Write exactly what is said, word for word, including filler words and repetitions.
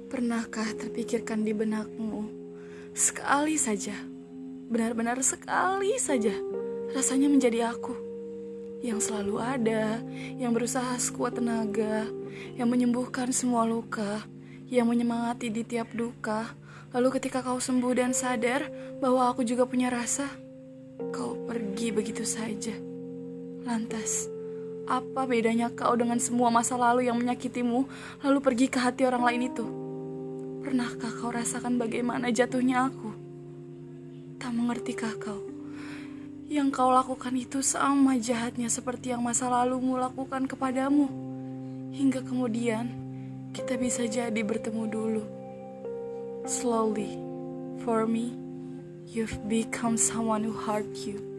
Pernahkah terpikirkan di benakmu, sekali saja, benar-benar sekali saja, rasanya menjadi aku, yang selalu ada, yang berusaha sekuat tenaga, yang menyembuhkan semua luka, yang menyemangati di tiap duka. Lalu ketika kau sembuh dan sadar bahwa aku juga punya rasa, kau pergi begitu saja. Lantas, apa bedanya kau dengan semua masa lalu yang menyakitimu, lalu pergi ke hati orang lain itu? Pernahkah kau rasakan bagaimana jatuhnya aku? Tak mengertikah kau? Yang kau lakukan itu sama jahatnya seperti yang masa lalumu lakukan kepadamu. Hingga kemudian, kita bisa jadi bertemu dulu. Slowly, for me, you've become someone who hurt you.